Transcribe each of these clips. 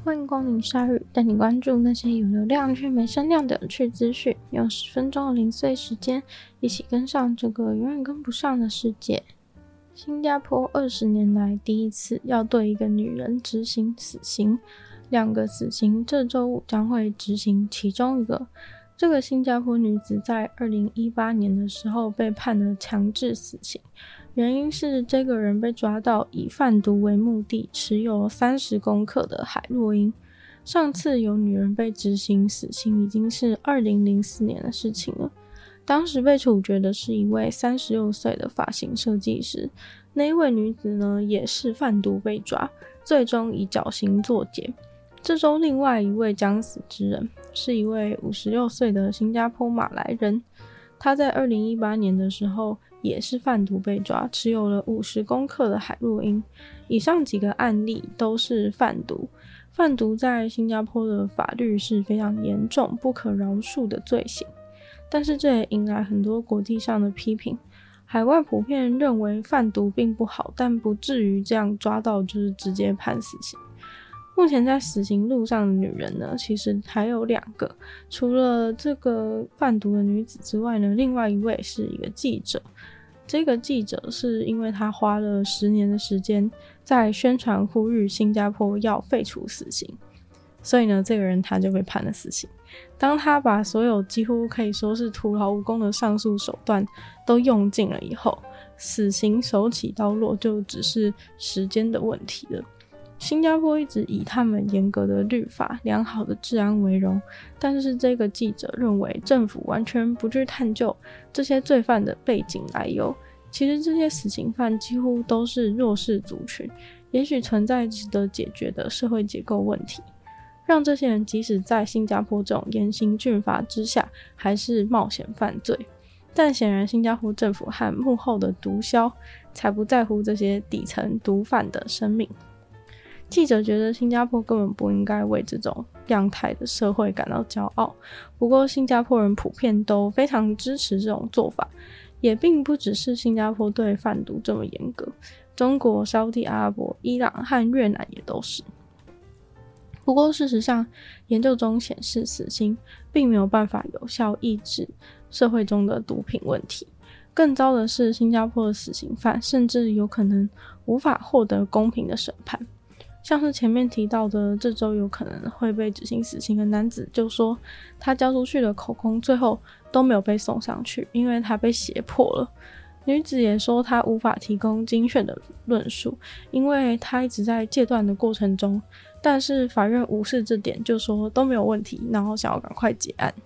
欢迎光临鲨鱼，带你关注那些有流量却没声量的有趣资讯，用10分钟的零碎时间，一起跟上这个永远跟不上的世界。新加坡20年来第一次要对一个女人执行死刑，2个死刑这周五将会执行其中一个。这个新加坡女子在2018年的时候被判了强制死刑，原因是这个人被抓到以贩毒为目的持有30公克的海洛因。上次有女人被执行死刑已经是2004年的事情了，当时被处决的是一位36岁的发型设计师，那一位女子呢也是贩毒被抓，最终以绞刑作结。这周另外一位将死之人是一位56岁的新加坡马来人，他在2018年的时候也是贩毒被抓，持有了50公克的海洛因。以上几个案例都是贩毒，贩毒在新加坡的法律是非常严重、不可饶恕的罪行，但是这也引来很多国际上的批评。海外普遍认为贩毒并不好，但不至于这样抓到就是直接判死刑。目前在死刑路上的女人呢，其实还有2个，除了这个贩毒的女子之外呢，另外一位是一个记者。这个记者是因为他花了10年的时间在宣传呼吁新加坡要废除死刑，所以呢，这个人他就被判了死刑。当他把所有几乎可以说是徒劳无功的上诉手段都用尽了以后，死刑手起刀落就只是时间的问题了。新加坡一直以他们严格的律法、良好的治安为荣，但是这个记者认为政府完全不去探究这些罪犯的背景来由。其实这些死刑犯几乎都是弱势族群，也许存在值得解决的社会结构问题，让这些人即使在新加坡这种严刑峻法之下，还是冒险犯罪。但显然新加坡政府和幕后的毒枭才不在乎这些底层毒贩的生命。记者觉得新加坡根本不应该为这种样态的社会感到骄傲，不过新加坡人普遍都非常支持这种做法，也并不只是新加坡对贩毒这么严格，中国、沙特阿拉伯、伊朗和越南也都是。不过事实上，研究中显示死刑并没有办法有效抑制社会中的毒品问题。更糟的是，新加坡的死刑犯甚至有可能无法获得公平的审判。像是前面提到的这周有可能会被执行死刑的男子就说，他交出去的口供最后都没有被送上去，因为他被胁迫了。女子也说她无法提供精确的论述，因为她一直在戒断的过程中，但是法院无视这点，就说都没有问题，然后想要赶快结案。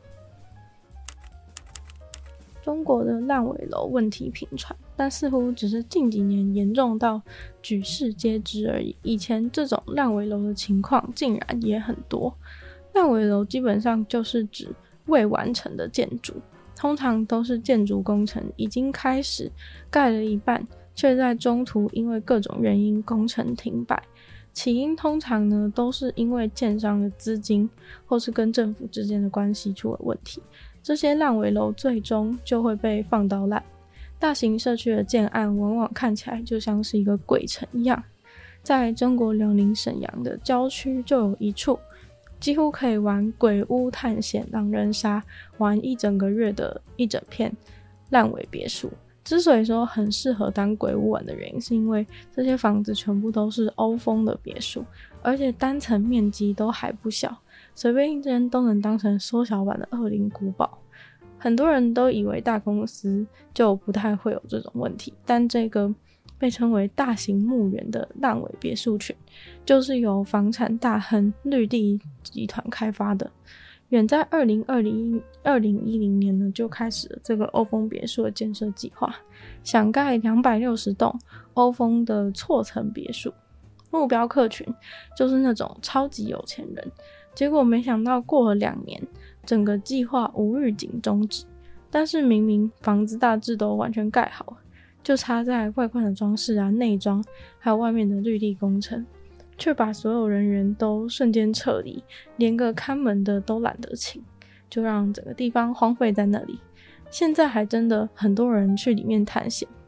中国的烂尾楼问题频传，但似乎只是近几年严重到举世皆知而已。以前这种烂尾楼的情况竟然也很多。烂尾楼基本上就是指未完成的建筑，通常都是建筑工程已经开始盖了一半，却在中途因为各种原因工程停摆。起因通常呢都是因为建商的资金或是跟政府之间的关系出了问题，这些烂尾楼最终就会被放到烂。大型社区的建案往往看起来就像是一个鬼城一样。在中国辽宁沈阳的郊区就有一处几乎可以玩鬼屋探险、狼人杀玩一整个月的一整片烂尾别墅。之所以说很适合当鬼屋玩的原因，是因为这些房子全部都是欧风的别墅，而且单层面积都还不小，随便一间都能当成缩小版的恶灵古堡。很多人都以为大公司就不太会有这种问题，但这个被称为大型墓园的烂尾别墅群，就是由房产大亨绿地集团开发的。远在2010年呢，就开始了这个欧风别墅的建设计划，想盖260栋欧风的错层别墅，目标客群就是那种超级有钱人。结果没想到过了2年，整个计划无预警终止。但是明明房子大致都完全盖好了，就差在外观的装饰啊、内装还有外面的绿地工程，却把所有人员都瞬间撤离，连个看门的都懒得请，就让整个地方荒废在那里。现在还真的很多人去里面探险，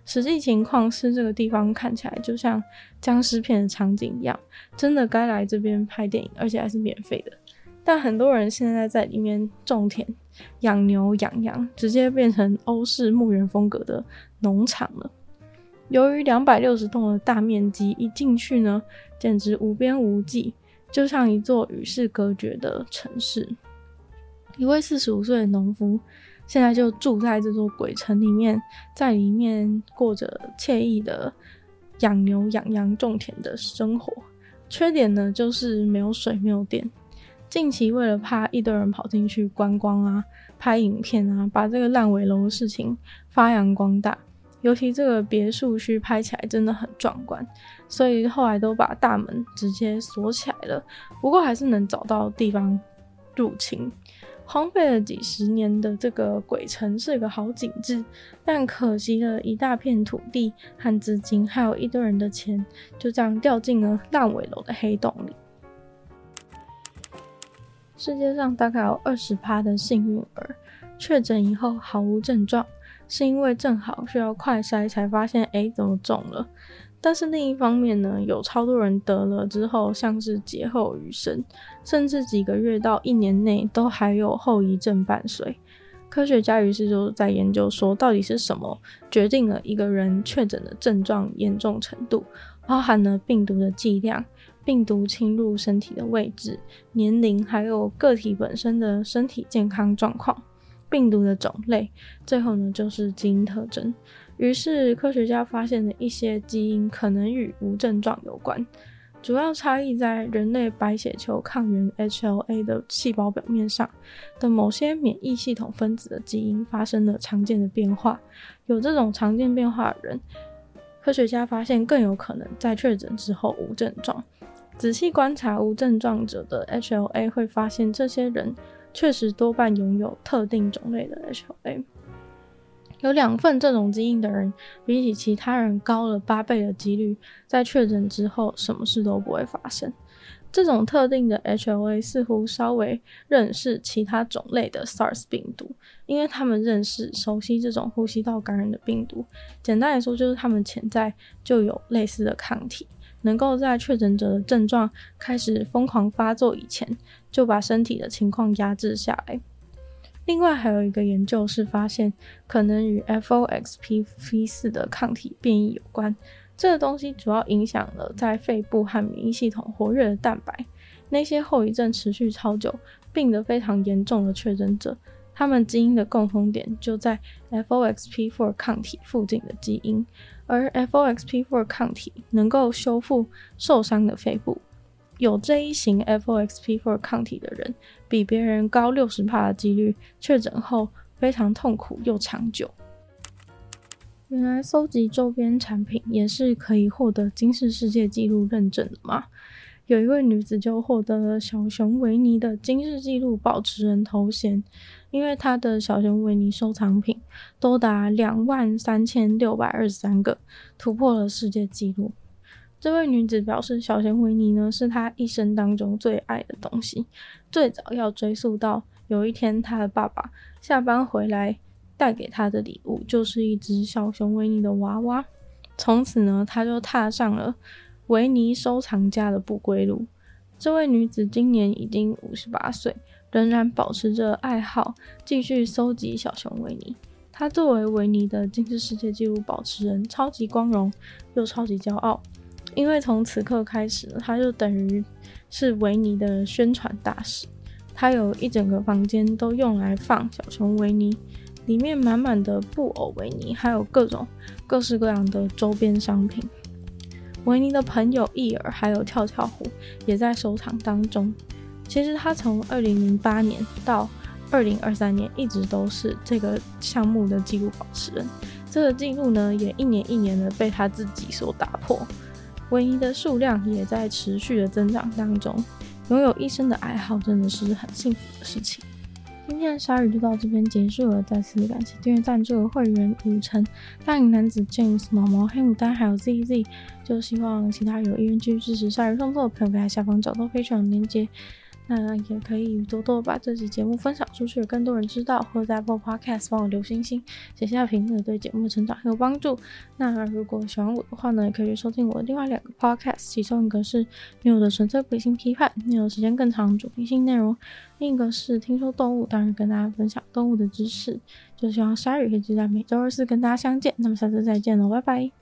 实际情况是这个地方看起来就像僵尸片的场景一样，真的该来这边拍电影，而且还是免费的。但很多人现在在里面种田、养牛、养羊，直接变成欧式墓园风格的农场了。由于260栋的大面积，一进去呢，简直无边无际，就像一座与世隔绝的城市。一位45岁的农夫现在就住在这座鬼城里面，在里面过着惬意的养牛、养羊、种田的生活。缺点呢，就是没有水、没有电。近期为了怕一堆人跑进去观光啊、拍影片啊，把这个烂尾楼的事情发扬光大，尤其这个别墅区拍起来真的很壮观，所以后来都把大门直接锁起来了。不过还是能找到地方入侵。荒废了几十年的这个鬼城是个好景致，但可惜了一大片土地和资金，还有一堆人的钱，就这样掉进了烂尾楼的黑洞里。世界上大概有 20% 的幸运儿确诊以后毫无症状，是因为正好需要快筛才发现怎么中了。但是另一方面呢，有超多人得了之后像是劫后余生，甚至几个月到1年内都还有后遗症伴随。科学家于是就在研究说，到底是什么决定了一个人确诊的症状严重程度，包含了病毒的剂量、病毒侵入身体的位置、年龄，还有个体本身的身体健康状况、病毒的种类，最后呢就是基因特征。于是科学家发现了一些基因可能与无症状有关，主要差异在人类白血球抗原 HLA 的细胞表面上的某些免疫系统分子的基因发生了常见的变化。有这种常见变化的人，科学家发现更有可能在确诊之后无症状。仔细观察无症状者的 HLA， 会发现这些人确实多半拥有特定种类的 HLA。有2份这种基因的人，比起其他人高了8倍的几率，在确诊之后什么事都不会发生。这种特定的 HLA 似乎稍微认识其他种类的 SARS 病毒，因为他们认识熟悉这种呼吸道感染的病毒。简单来说，就是他们潜在就有类似的抗体，能够在确诊者的症状开始疯狂发作以前，就把身体的情况压制下来。另外还有一个研究是发现可能与 FOXP4 的抗体变异有关，这个东西主要影响了在肺部和免疫系统活跃的蛋白。那些后遗症持续超久、病得非常严重的确诊者，他们基因的共同点就在 FOXP4 抗体附近的基因，而 FOXP4 抗体能够修复受伤的肺部。有这一型 FOXP4 抗体的人，比别人高 60% 的几率确诊后非常痛苦又长久。原来搜集周边产品也是可以获得金氏世界纪录认证的吗？有一位女子就获得了小熊维尼的金氏纪录保持人头衔，因为她的小熊维尼收藏品多达23623个，突破了世界纪录。这位女子表示，小熊维尼呢是她一生当中最爱的东西，最早要追溯到有一天她的爸爸下班回来带给她的礼物就是一只小熊维尼的娃娃。从此呢，她就踏上了维尼收藏家的不归路。这位女子今年已经58岁，仍然保持着爱好，继续收集小熊维尼。她作为维尼的金氏世界纪录保持人，超级光荣又超级骄傲。因为从此刻开始呢，他就等于是维尼的宣传大使。他有一整个房间都用来放小熊维尼，里面满满的布偶维尼，还有各式各样的周边商品。维尼的朋友伊尔还有跳跳虎也在收藏当中。其实他从2008年到2023年一直都是这个项目的纪录保持人。这个纪录呢，也一年一年的被他自己所打破。维尼的数量也在持续的增长当中，拥有一生的爱好真的是很幸福的事情。今天的鲨鱼就到这边结束了，再次感谢订阅赞助的会员5成、大龄男子 James、毛毛、黑牡丹还有 ZZ， 就希望其他有意愿继续支持鲨鱼创作的朋友可以在下方找到Patreon的连结。 那也可以多多把这集节目分享出去，有更多人知道，或者在 Apple Podcast 帮我留星星，写下评论，对节目成长很有帮助。那如果喜欢我的话呢，也可以去收听我的另外2个 Podcast， 其中一个是女友的纯粹不理性批判，女友时间更长主题性内容，另一个是听说动物，当然跟大家分享动物的知识。就希望鲨鱼可以在每周2、4跟大家相见，那么下次再见喽，拜拜。